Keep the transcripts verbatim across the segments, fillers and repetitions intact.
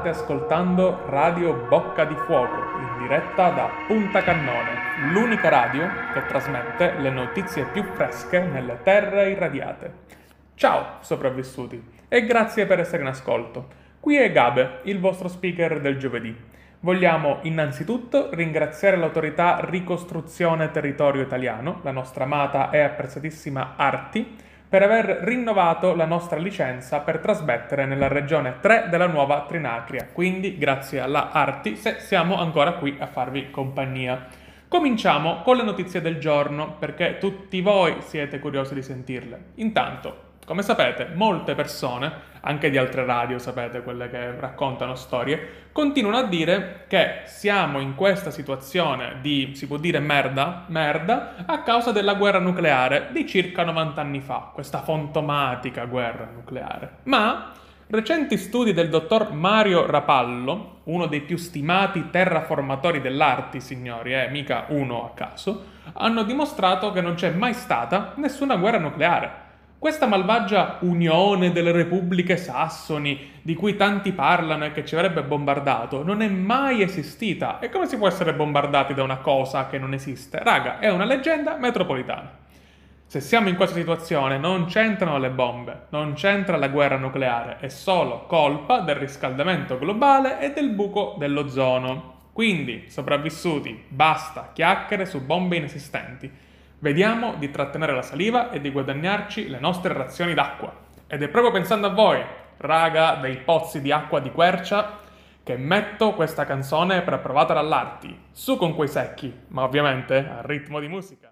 State ascoltando Radio Bocca di Fuoco, in diretta da Punta Cannone, l'unica radio che trasmette le notizie più fresche nelle terre irradiate. Ciao, sopravvissuti, e grazie per essere in ascolto. Qui è Gabe, il vostro speaker del giovedì. Vogliamo innanzitutto ringraziare l'autorità Ricostruzione Territorio Italiano, la nostra amata e apprezzatissima Arti, per aver rinnovato la nostra licenza per trasmettere nella regione tre della nuova Trinacria. Quindi grazie alla Arti se siamo ancora qui a farvi compagnia. Cominciamo con le notizie del giorno, perché tutti voi siete curiosi di sentirle. Intanto, come sapete, molte persone, anche di altre radio, sapete, quelle che raccontano storie, continuano a dire che siamo in questa situazione di, si può dire merda, merda, a causa della guerra nucleare di circa novanta anni fa, questa fantomatica guerra nucleare. Ma recenti studi del dottor Mario Rapallo, uno dei più stimati terraformatori dell'Arti, signori, eh, mica uno a caso, hanno dimostrato che non c'è mai stata nessuna guerra nucleare. Questa malvagia Unione delle Repubbliche Sassoni, di cui tanti parlano e che ci avrebbe bombardato, non è mai esistita. E come si può essere bombardati da una cosa che non esiste? Raga, è una leggenda metropolitana. Se siamo in questa situazione non c'entrano le bombe, non c'entra la guerra nucleare, è solo colpa del riscaldamento globale e del buco dell'ozono. Quindi, sopravvissuti, basta chiacchiere su bombe inesistenti. Vediamo di trattenere la saliva e di guadagnarci le nostre razioni d'acqua. Ed è proprio pensando a voi, raga dei pozzi di acqua di Quercia, che metto questa canzone preapprovata dall'Arti. Su con quei secchi, ma ovviamente al ritmo di musica.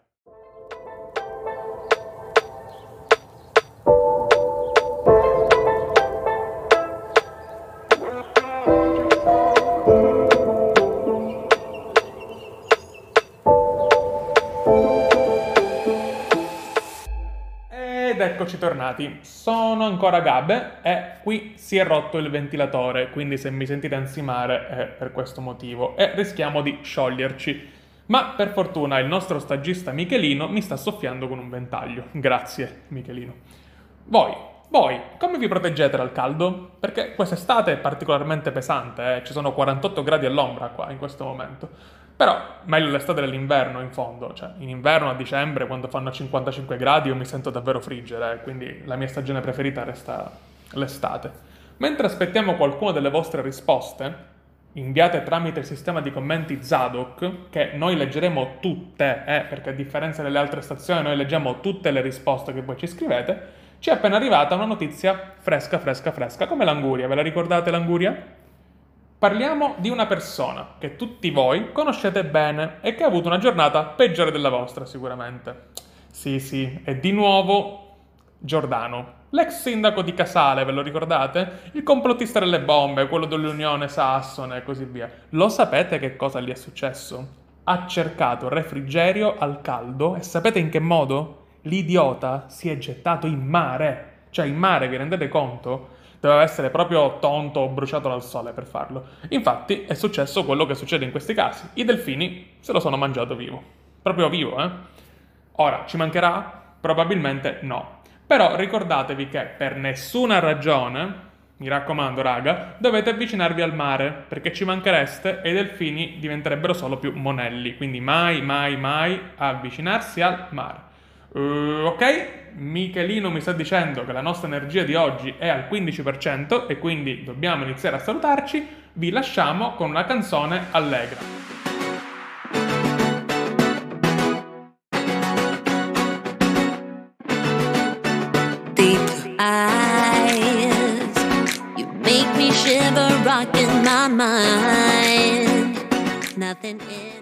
Ed eccoci tornati, sono ancora Gabe e qui si è rotto il ventilatore, quindi se mi sentite ansimare è per questo motivo e rischiamo di scioglierci. Ma per fortuna il nostro stagista Michelino mi sta soffiando con un ventaglio. Grazie Michelino. Voi, voi, come vi proteggete dal caldo? Perché quest'estate è particolarmente pesante, eh? Ci sono quarantotto gradi all'ombra qua in questo momento. Però meglio l'estate dell'inverno in fondo, cioè in inverno a dicembre quando fanno cinquantacinque gradi io mi sento davvero friggere, eh? Quindi la mia stagione preferita resta l'estate. Mentre aspettiamo qualcuna delle vostre risposte, inviate tramite il sistema di commenti Zadok, che noi leggeremo tutte, eh? Perché a differenza delle altre stazioni noi leggiamo tutte le risposte che voi ci scrivete, ci è appena arrivata una notizia fresca, fresca, fresca, come l'anguria. Ve la ricordate l'anguria? Parliamo di una persona che tutti voi conoscete bene e che ha avuto una giornata peggiore della vostra, sicuramente. Sì, sì, è di nuovo Giordano, l'ex sindaco di Casale, ve lo ricordate? Il complottista delle bombe, quello dell'Unione Sassone e così via. Lo sapete che cosa gli è successo? Ha cercato refrigerio al caldo e sapete in che modo? L'idiota si è gettato in mare. Cioè in mare, vi rendete conto? Doveva essere proprio tonto o bruciato dal sole per farlo. Infatti è successo quello che succede in questi casi. I delfini se lo sono mangiato vivo. Proprio vivo, eh? Ora, ci mancherà? Probabilmente no. Però ricordatevi che per nessuna ragione, mi raccomando raga, dovete avvicinarvi al mare, perché ci manchereste e i delfini diventerebbero solo più monelli. Quindi mai, mai, mai avvicinarsi al mare. Uh, ok, Michelino mi sta dicendo che la nostra energia di oggi è al quindici per cento e quindi dobbiamo iniziare a salutarci. Vi lasciamo con una canzone allegra. Deep eyes, you make me shiver, rocking my mind. Nothing in